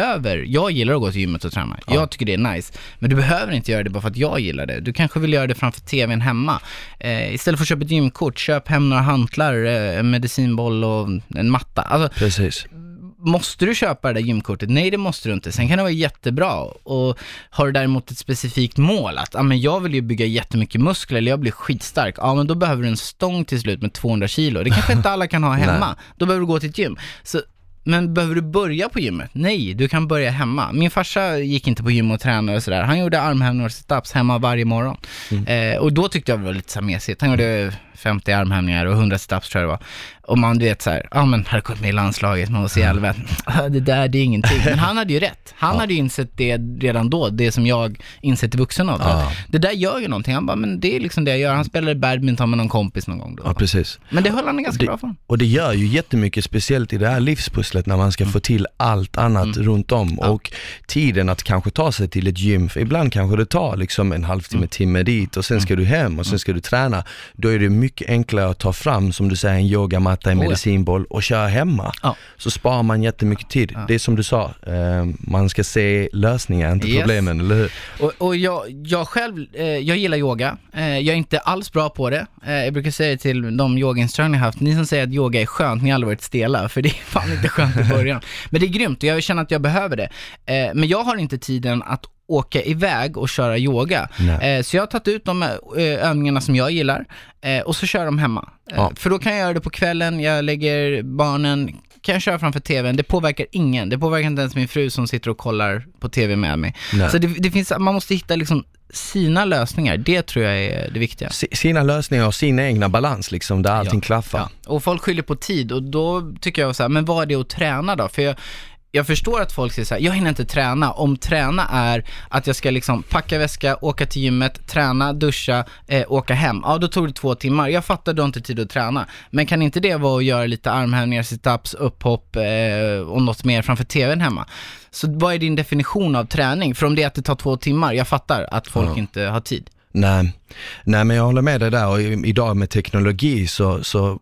Speaker 1: jag gillar att gå till gymmet och träna. Jag tycker det är nice. Men du behöver inte göra det bara för att jag gillar det. Du kanske vill göra det framför tvn hemma. Istället för att köpa ett gymkort, köp hem några hantlar, medicinboll och en matta. Alltså,
Speaker 2: precis.
Speaker 1: Måste du köpa det där gymkortet? Nej, det måste du inte. Sen kan det vara jättebra. Och har du däremot ett specifikt mål, att men jag vill ju bygga jättemycket muskler, eller jag blir skitstark, men då behöver du en stång till slut med 200 kilo. Det kanske inte alla kan ha hemma. Då behöver du gå till ett gym. Men behöver du börja på gymmet? Nej, du kan börja hemma. Min farsa gick inte på gym och tränade och sådär. Han gjorde armhävningar och sit-ups hemma varje morgon. Och då tyckte jag det var lite så mesigt. Han gjorde 50 armhävningar och 100 sit-ups tror jag det var. Och man vet så här, men här kom med i landslaget, man var så jävla det där, det är ingenting. Men han hade ju rätt. Han hade ju insett det redan då, det som jag insett i vuxen ålder. Det där gör ju någonting. Han bara, men det är liksom det jag gör. Han spelade badminton med någon kompis någon gång då.
Speaker 2: Ja, precis.
Speaker 1: Men det höll han ganska bra för.
Speaker 2: Och det gör ju jättemycket, speciellt i det här livspusslet när man ska få till allt annat runt om. Och tiden att kanske ta sig till ett gym, för ibland kanske det tar liksom en halvtimme, timme dit, och sen ska du hem och sen ska du träna. Då är det mycket enklare att ta fram, som du säger, en yogamatta, en medicinboll och köra hemma. Så sparar man jättemycket tid. Det är som du sa, man ska se lösningar, inte problemen, eller hur?
Speaker 1: Och jag själv, jag gillar yoga. Jag är inte alls bra på det. Jag brukar säga till de yogainstruktörer jag haft, ni som säger att yoga är skönt, ni har aldrig varit stela, för det är fan inte skönt i början. Men det är grymt, och jag känner att jag behöver det. Men jag har inte tiden att åka iväg och köra yoga. Så jag har tagit ut de övningarna som jag gillar, och så kör de hemma. För då kan jag göra det på kvällen, jag lägger barnen, kan jag köra framför tvn. Det påverkar ingen. Det påverkar inte ens min fru som sitter och kollar på tv med mig. Så det finns, man måste hitta liksom sina lösningar. Det tror jag är det viktiga.
Speaker 2: Sina lösningar och sin egna balans liksom, där allting klaffar.
Speaker 1: Och folk skyller på tid, och då tycker jag så här, men vad är det att träna då? För jag förstår att folk säger så här, jag hinner inte träna. Om träna är att jag ska liksom packa väska, åka till gymmet, träna, duscha, åka hem. Då tog det 2 timmar. Jag fattar då inte tid att träna. Men kan inte det vara att göra lite armhävningar, sit-ups, upphopp och något mer framför tvn hemma? Så vad är din definition av träning? För om det är att det tar 2 timmar, jag fattar att folk inte har tid. Nej,
Speaker 2: men jag håller med dig där, och idag med teknologi så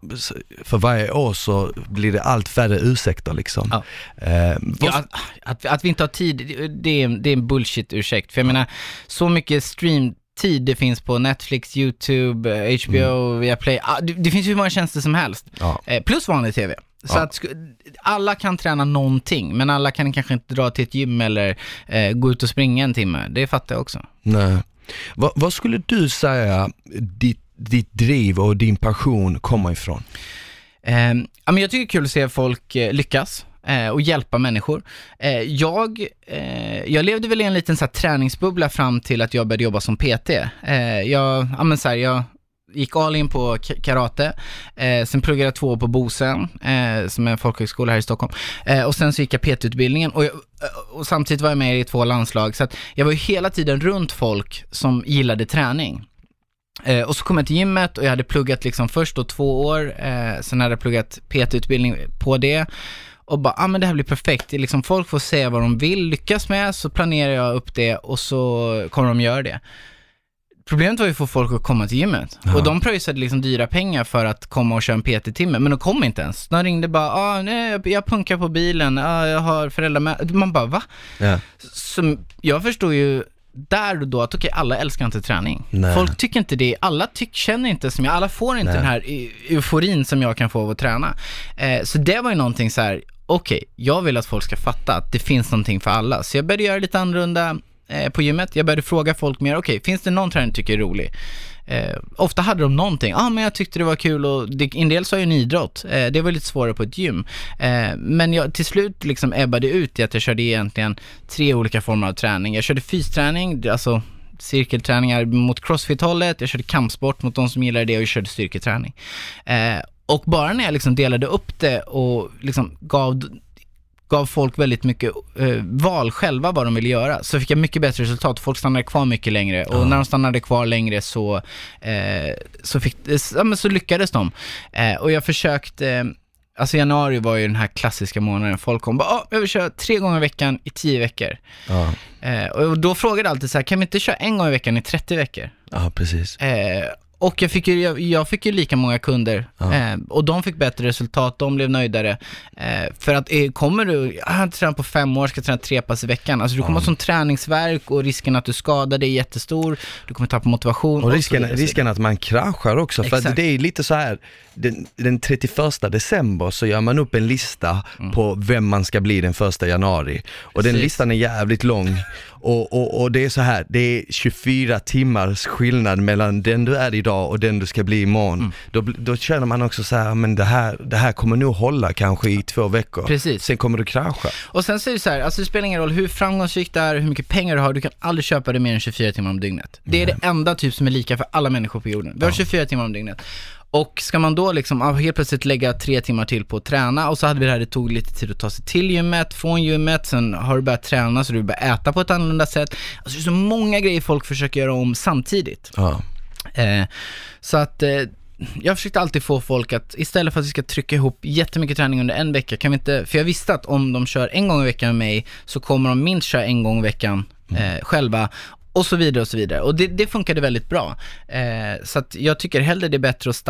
Speaker 2: för varje år så blir det allt färre ursäkter liksom.
Speaker 1: Att vi inte har tid, det är en bullshit-ursäkt. För jag menar, så mycket streamtid det finns på Netflix, YouTube, HBO, Viaplay. Det finns ju hur många tjänster som helst. Plus vanlig tv. Så att alla kan träna någonting, men alla kan kanske inte dra till ett gym eller gå ut och springa en timme. Det fattar jag också.
Speaker 2: Nej. Vad skulle du säga ditt driv och din passion kommer ifrån?
Speaker 1: Jag tycker det är kul att se folk lyckas och hjälpa människor. Jag levde väl i en liten så här träningsbubbla fram till att jag började jobba som PT. Jag gick all in på karate, sen pluggade jag 2 år på Bosen, som är en folkhögskola här i Stockholm, och sen så gick jag PT-utbildningen, och samtidigt var jag med i 2 landslag, så att jag var ju hela tiden runt folk som gillade träning. Och så kom jag till gymmet, och jag hade pluggat liksom först då 2 år, sen hade jag pluggat PT-utbildning på det, och bara, men det här blir perfekt. Det är liksom, folk får säga vad de vill lyckas med, så planerar jag upp det, och så kommer de göra det. Problemet var ju att få folk att komma till gymmet. Och de pröjsade liksom dyra pengar för att komma och köra en PT-timme. Men de kom inte ens. De ringde bara, nej, jag punkar på bilen. Jag har föräldrar med. Man bara, va? Så jag förstod ju där och då att okej, alla älskar inte träning.
Speaker 2: Nej.
Speaker 1: Folk tycker inte det. Alla känner inte som jag. Alla får inte den här euforin som jag kan få av att träna. Så det var ju någonting så här, okej, jag vill att folk ska fatta att det finns någonting för alla. Så jag började göra lite annorlunda på gymmet. Jag började fråga folk mer, okej, finns det någon träning du tycker är rolig? Ofta hade de någonting, men jag tyckte det var kul, och en del sa ju en idrott, det var lite svårare på ett gym, men jag till slut liksom ebbade ut i att jag körde egentligen 3 olika former av träning. Jag körde fysträning, alltså cirkelträningar mot crossfit-hållet, jag körde kampsport mot de som gillar det, och jag körde styrketräning, och bara när jag liksom delade upp det och liksom gav folk väldigt mycket val själva vad de ville göra, så fick jag mycket bättre resultat. Folk stannade kvar mycket längre, och när de stannade kvar längre så lyckades de. Och jag försökte, alltså januari var ju den här klassiska månaden, folk kom bara, jag vill köra 3 gånger i veckan i 10 veckor. Och då frågade jag alltid så här, kan vi inte köra 1 gång i veckan i 30 veckor?
Speaker 2: Ja, precis.
Speaker 1: Och jag fick ju lika många kunder, och de fick bättre resultat, de blev nöjdare. För att kommer du, jag har inte tränat på 5 år, ska träna 3 pass i veckan. Alltså du kommer ha som träningsverk, och risken att du skadar dig är jättestor. Du kommer tappa motivation.
Speaker 2: Och risken att man kraschar också. För att det är lite så här, den 31 december så gör man upp en lista på vem man ska bli den 1 januari. Och den listan är jävligt lång. Och det är så här, det är 24 timmars skillnad mellan den du är idag och den du ska bli imorgon. Då känner man också så här, men det här kommer nog hålla kanske i 2 veckor.
Speaker 1: Precis.
Speaker 2: Sen kommer du krascha.
Speaker 1: Och sen så är det så här, alltså det spelar ingen roll hur framgångsrikt det är, hur mycket pengar du har, du kan aldrig köpa det mer än 24 timmar om dygnet. Det är det enda typ som är lika för alla människor på jorden. Vi har 24 timmar om dygnet. Och ska man då liksom helt plötsligt lägga 3 timmar till på att träna, och så hade vi det här, det tog lite tid att ta sig till gymmet, från gymmet, sen har du börjat träna så du börjar äta på ett annorlunda sätt. Alltså det är så många grejer folk försöker göra om samtidigt. Så att jag försökte alltid få folk att, istället för att vi ska trycka ihop jättemycket träning under en vecka, kan vi inte, för jag visste att om de kör 1 gång i veckan med mig så kommer de minst köra 1 gång i veckan själva. Och så vidare och så vidare. Och det funkade väldigt bra. Så att jag tycker hellre det är bättre att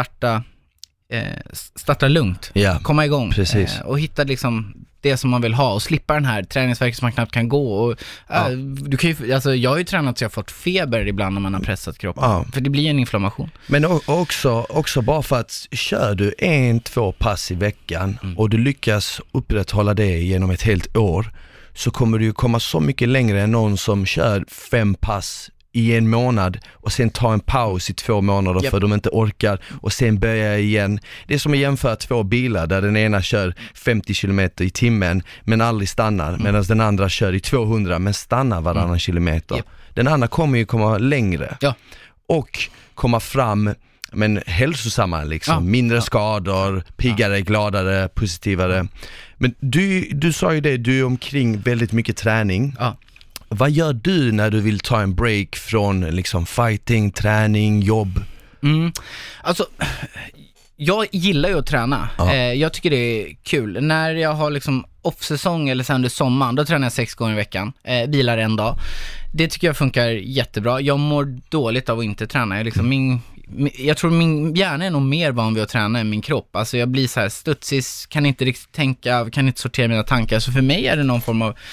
Speaker 1: starta lugnt. Komma igång.
Speaker 2: Precis.
Speaker 1: Och hitta liksom det som man vill ha. Och slippa den här träningsverket som man knappt kan gå. Och, du kan ju, alltså, jag har ju tränat så jag har fått feber ibland när man har pressat kroppen. För det blir en inflammation.
Speaker 2: Men också bara för att kör du 1-2 pass i veckan och du lyckas upprätthålla det genom ett helt år, så kommer du ju komma så mycket längre än någon som kör 5 pass i 1 månad och sen tar en paus i 2 månader för de inte orkar och sen börjar igen. Det är som att jämföra 2 bilar där den ena kör 50 km i timmen men aldrig stannar, medan den andra kör i 200 men stannar varannan kilometer. Den andra kommer ju komma längre och komma fram, men hälsosamma liksom, mindre skador, piggare, gladare, positivare. Men du sa ju det, du är omkring väldigt mycket träning. Vad gör du när du vill ta en break från liksom fighting, träning, jobb?
Speaker 1: Alltså, jag gillar ju att träna. Jag tycker det är kul. När jag har liksom off-säsong eller sen under sommaren, då tränar jag 6 gånger i veckan. Vilar 1 dag. Det tycker jag funkar jättebra. Jag mår dåligt av att inte träna. Jag tror min hjärna är nog mer van vid att träna än min kropp. Alltså jag blir så här studsig, kan inte riktigt tänka, kan inte sortera mina tankar. Så för mig är det någon form av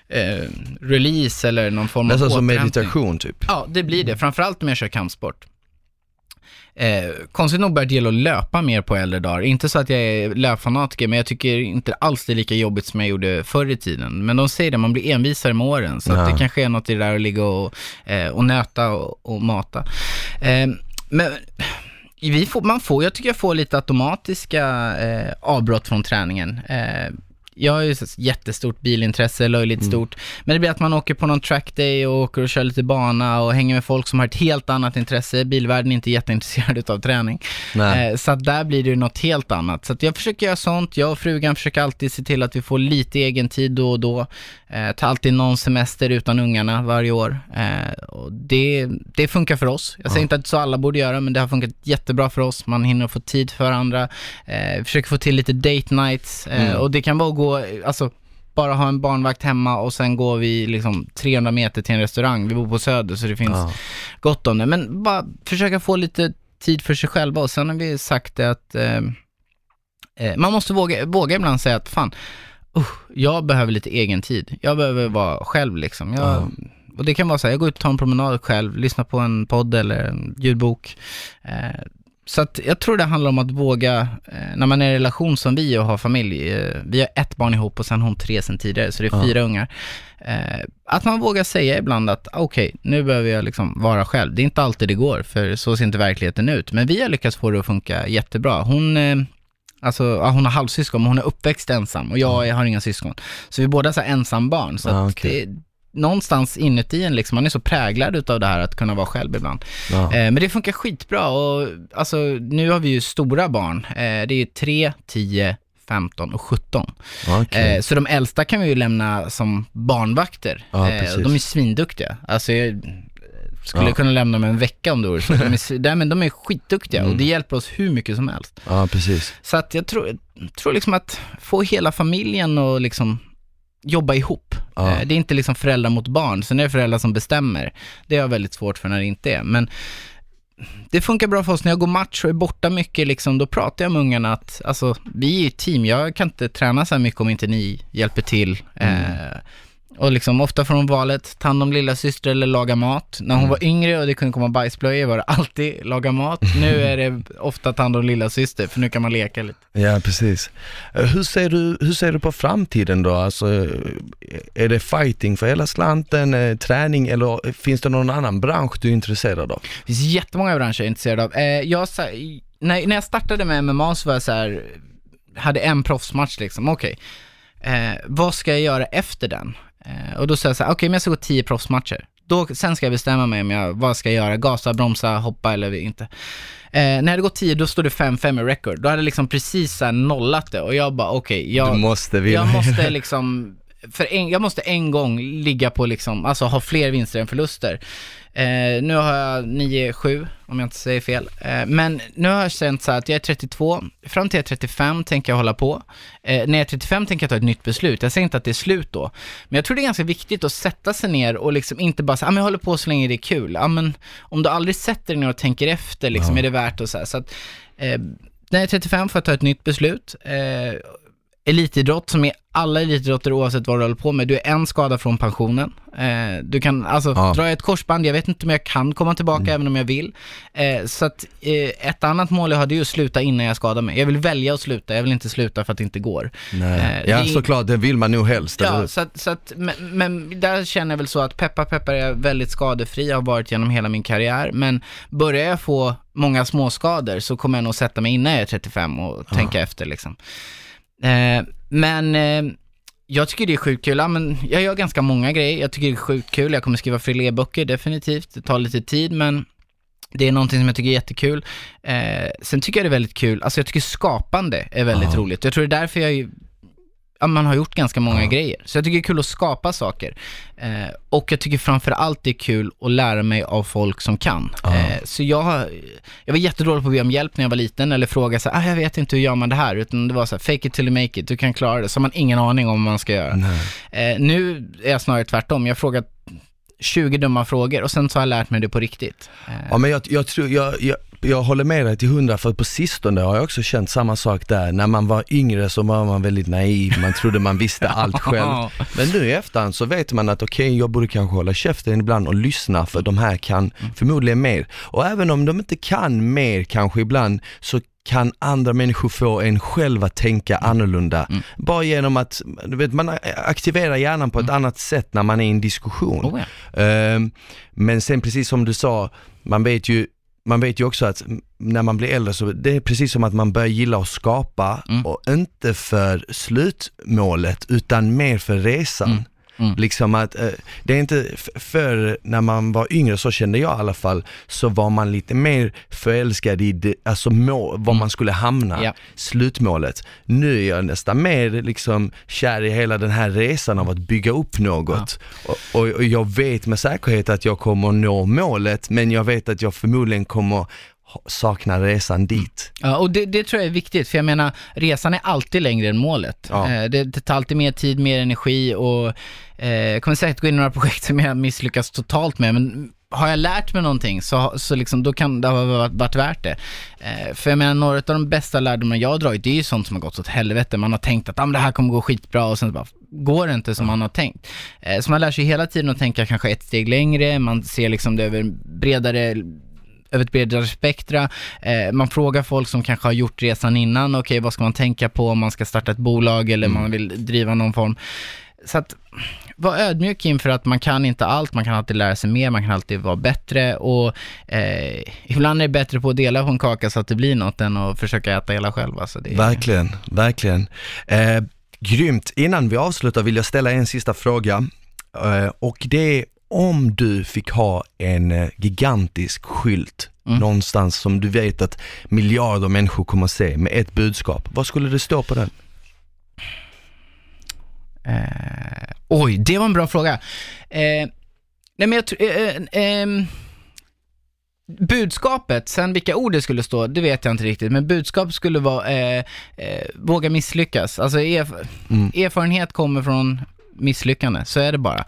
Speaker 1: release eller någon form av
Speaker 2: återhämtning. Som meditation typ.
Speaker 1: Ja, det blir det. Framförallt om jag kör kampsport. Konstigt nog börjat gilla att löpa mer på äldre dagar. Inte så att jag är löpfanatiker, men jag tycker inte alls det är lika jobbigt som jag gjorde förr i tiden. Men de säger det, man blir envisare med åren. Så att det kanske är något i det där att ligga och nöta och mata. Men jag tycker jag får lite automatiska avbrott från träningen. Jag har ju jättestort bilintresse, löjligt stort. Men det blir att man åker på någon trackday och åker och kör lite bana och hänger med folk som har ett helt annat intresse. Bilvärlden är inte jätteintresserad av träning. Så att där blir det ju något helt annat. Så att jag försöker göra sånt. Jag och frugan försöker alltid se till att vi får lite egen tid då och då. Ta alltid någon semester utan ungarna varje år. Och det funkar för oss. Jag säger inte att så alla borde göra, men det har funkat jättebra för oss. Man hinner få tid för andra. Försöker få till lite date nights. Och det kan vara att gå, alltså bara ha en barnvakt hemma och sen går vi liksom 300 meter till en restaurang. Vi bor på Söder så det finns gott om det. Men bara försöka få lite tid för sig själva. Och sen har vi sagt att man måste våga ibland säga att fan, jag behöver lite egen tid. Jag behöver vara själv liksom. Och det kan vara så här, jag går ut och tar en promenad själv, lyssnar på en podd eller en ljudbok. Så att jag tror det handlar om att våga, när man är i relation som vi och har familj, vi har 1 barn ihop och sen hon 3 sen tidigare, så det är 4 ungar. Att man vågar säga ibland att okej, nu behöver jag liksom vara själv. Det är inte alltid det går, för så ser inte verkligheten ut. Men vi har lyckats få det att funka jättebra. Hon har halvsyskon, men hon är uppväxt ensam och jag har inga syskon. Så vi är båda så här ensam barn. Så att det någonstans inuti en liksom, man är så präglad utav det här att kunna vara själv ibland. Men det funkar skitbra och alltså, nu har vi ju stora barn. Det är ju 3, 10, 15 och 17. Så de äldsta kan vi ju lämna som barnvakter. De är svinduktiga. Alltså jag skulle kunna lämna dem en vecka om det år. Men de är skitduktiga och det hjälper oss hur mycket som helst.
Speaker 2: Ja, precis.
Speaker 1: Så att jag tror liksom att få hela familjen och liksom jobba ihop. Det är inte liksom föräldrar mot barn. Sen är det föräldrar som bestämmer. Det är jag väldigt svårt för när det inte är. Men det funkar bra för oss. När jag går match och är borta mycket liksom, då pratar jag med ungarna att alltså, vi är ju ett team. Jag kan inte träna så här mycket om inte ni hjälper till. Och liksom ofta från valet, ta hand om lilla syster eller laga mat. När hon var yngre och det kunde komma bajsblöjor var det alltid laga mat. Nu är det ofta ta hand om lilla syster, för nu kan man leka lite.
Speaker 2: Ja, precis. Hur ser du på framtiden då? Alltså, är det fighting för hela slanten, träning, eller finns det någon annan bransch du är intresserad av?
Speaker 1: Det finns jättemånga branscher jag är intresserad av. När jag startade med MMA så var jag så här, hade en proffsmatch liksom, okej. Vad ska jag göra efter den? Och då säger jag så här, okej, men jag ska gå 10 proffsmatcher. Sen ska jag bestämma mig om vad ska jag göra, gasa, bromsa, hoppa eller inte. När jag hade gått 10, då stod det 5-5 i record. Då hade jag liksom precis så här nollat det. Och jag bara, okej, jag måste liksom, jag måste en gång ligga på liksom, alltså ha fler vinster än förluster. Nu har jag 9-7 om jag inte säger fel. Men nu har jag känt så här att jag är 32. Fram till jag är 35 tänker jag hålla på. När jag är 35 tänker jag ta ett nytt beslut. Jag säger inte att det är slut då. Men jag tror det är ganska viktigt att sätta sig ner och liksom inte bara säga, men jag håller på så länge det är kul. Men om du aldrig sätter dig ner och tänker efter liksom, är det värt att så här. Så att när jag är 35 får jag ta ett nytt beslut. Elitidrott, som är alla elitidrotter oavsett vad du håller på med, du är en skada från pensionen. Du kan dra ett korsband, jag vet inte om jag kan komma tillbaka även om jag vill. Så att ett annat mål jag hade ju att sluta innan jag skadar mig. Jag vill välja att sluta, jag vill inte sluta för att det inte går.
Speaker 2: Såklart, det vill man nog helst.
Speaker 1: Ja, så att, men där känner jag väl så att peppar är väldigt skadefri, jag har varit genom hela min karriär, men börjar jag få många små skador så kommer jag nog sätta mig innan jag är 35 och tänka efter liksom. Men jag tycker det är sjukt kul. Men jag gör ganska många grejer. Jag tycker det är sjukt kul. Jag kommer skriva fler böcker definitivt. Det tar lite tid, men det är någonting som jag tycker är jättekul. Sen tycker jag det är väldigt kul. Alltså jag tycker skapande är väldigt roligt. Jag tror det är därför man har gjort ganska många grejer. Så jag tycker det är kul att skapa saker. Och jag tycker framförallt det är kul att lära mig av folk som kan. Så jag var jättedålig på att be om hjälp när jag var liten. Eller fråga så här, jag vet inte hur gör man det här. Utan det var så här, fake it till you make it. Du kan klara det. Så har man ingen aning om vad man ska göra. Nu är jag snarare tvärtom. Jag har frågat 20 dumma frågor och sen så har jag lärt mig det på riktigt.
Speaker 2: Ja, men jag håller med dig till 100, för på sistone har jag också känt samma sak där. När man var yngre så var man väldigt naiv, man trodde man visste allt själv. Men nu i efterhand så vet man att okej, jag borde kanske hålla käften ibland och lyssna, för de här kan förmodligen mer. Och även om de inte kan mer kanske ibland, så kan andra människor få en själv att tänka annorlunda. Bara genom att man aktiverar hjärnan på ett annat sätt när man är i en diskussion. Men sen precis som du sa, man vet ju också att när man blir äldre så det är precis som att man börjar gilla att skapa, och inte för slutmålet utan mer för resan. Liksom att det är inte för när man var yngre, så kände jag i alla fall, så var man lite mer förälskad i det, alltså var man skulle hamna, slutmålet. Nu är jag nästan mer liksom kär i hela den här resan av att bygga upp något. Och jag vet med säkerhet att jag kommer att nå målet, men jag vet att jag förmodligen kommer saknar resan dit.
Speaker 1: Ja, och det tror jag är viktigt, för jag menar, resan är alltid längre än målet. Det tar alltid mer tid, mer energi, och jag kommer säkert gå in i några projekt som jag misslyckas totalt med, men har jag lärt mig någonting så liksom, då kan det ha varit värt det. För jag menar, några av de bästa lärdomarna jag har dragit, det är ju sånt som har gått åt helvete. Man har tänkt att det här kommer gå skitbra och sen bara går det inte som man har tänkt. Så man lär sig hela tiden att tänka kanske ett steg längre. Man ser liksom det över ett bredare spektra. Man frågar folk som kanske har gjort resan innan. Okej, vad ska man tänka på om man ska starta ett bolag eller man vill driva någon form. Så att var ödmjuk inför att man kan inte allt, man kan alltid lära sig mer, man kan alltid vara bättre och ibland är det bättre på att dela på en kaka så att det blir något än att försöka äta hela själv. Alltså det är...
Speaker 2: Verkligen. Grymt. Innan vi avslutar vill jag ställa en sista fråga och det är om du fick ha en gigantisk skylt någonstans som du vet att miljarder människor kommer att se med ett budskap, vad skulle det stå på den?
Speaker 1: Oj, det var en bra fråga. Nej, men jag budskapet, sen vilka ord det skulle stå, det vet jag inte riktigt, men budskapet skulle vara våga misslyckas. Alltså erfarenhet kommer från misslyckande, så är det bara.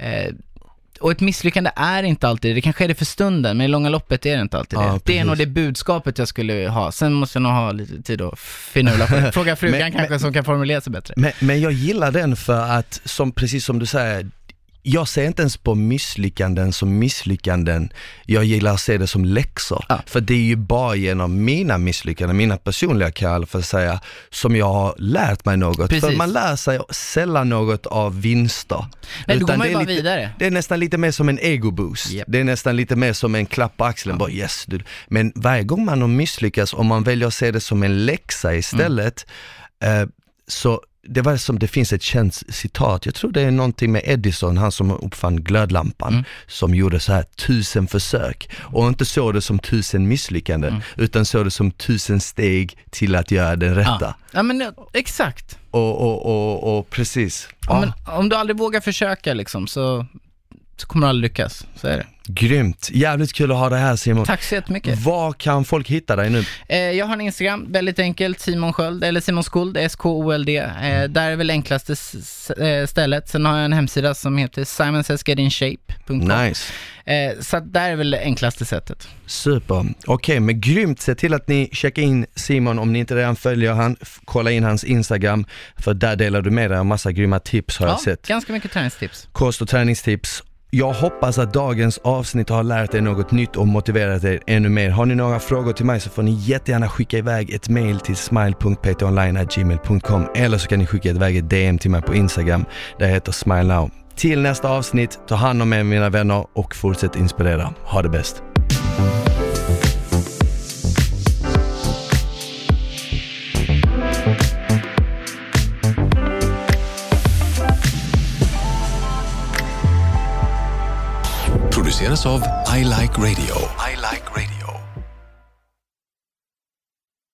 Speaker 1: Och ett misslyckande är inte alltid det kanske är det för stunden, men i långa loppet är det inte alltid det. Det är nog det budskapet jag skulle ha. Sen måste jag nog ha lite tid att finula på det. Fråga frugan kanske som kan formulera sig bättre.
Speaker 2: Men jag gillar den för att, precis som du säger, jag ser inte ens på misslyckanden som misslyckanden. Jag gillar att se det som läxor. För det är ju bara genom mina misslyckanden, mina personliga kall för att säga, som jag har lärt mig något. Precis. För man lär sig sällan något av vinster.
Speaker 1: Nej, då går man ju bara vidare.
Speaker 2: Det är nästan lite mer som en ego-boost. Yep. Det är nästan lite mer som en klapp på axeln. Bara yes, du. Men varje gång man har misslyckats, om man väljer att se det som en läxa istället, så det var som det finns ett känt citat. Jag tror det är någonting med Edison, han som uppfann glödlampan, som gjorde så här 1000 försök och inte såg det som 1000 misslyckanden utan såg det som 1000 steg till att göra den rätta.
Speaker 1: Ja men exakt.
Speaker 2: Och precis.
Speaker 1: Men om du aldrig vågar försöka liksom, så kommer du aldrig lyckas. Så är det.
Speaker 2: Grymt. Jävligt kul att ha det här, Simon.
Speaker 1: Tack så jättemycket.
Speaker 2: Var kan folk hitta dig nu?
Speaker 1: Jag har en Instagram, väldigt enkelt, Simon Sköld eller Simon Skold, SKOLD. Där är väl enklaste stället. Sen har jag en hemsida som heter simonsasgetinShape.com.
Speaker 2: Nice.
Speaker 1: Så där är väl det enklaste sättet.
Speaker 2: Super. Okej, men grymt. Se till att ni checkar in Simon om ni inte redan följer han. Kolla in hans Instagram, för där delar du med dig en massa grymma tips har jag sett.
Speaker 1: Ganska mycket träningstips.
Speaker 2: Kost- och träningstips. Jag hoppas att dagens avsnitt har lärt er något nytt och motiverat er ännu mer. Har ni några frågor till mig så får ni jättegärna skicka iväg ett mail till smile.ptonline@gmail.com eller så kan ni skicka iväg ett DM till mig på Instagram. Det heter Smile Now. Till nästa avsnitt, ta hand om er mina vänner och fortsätt inspirera. Ha det bäst.
Speaker 3: Produceras av I Like Radio.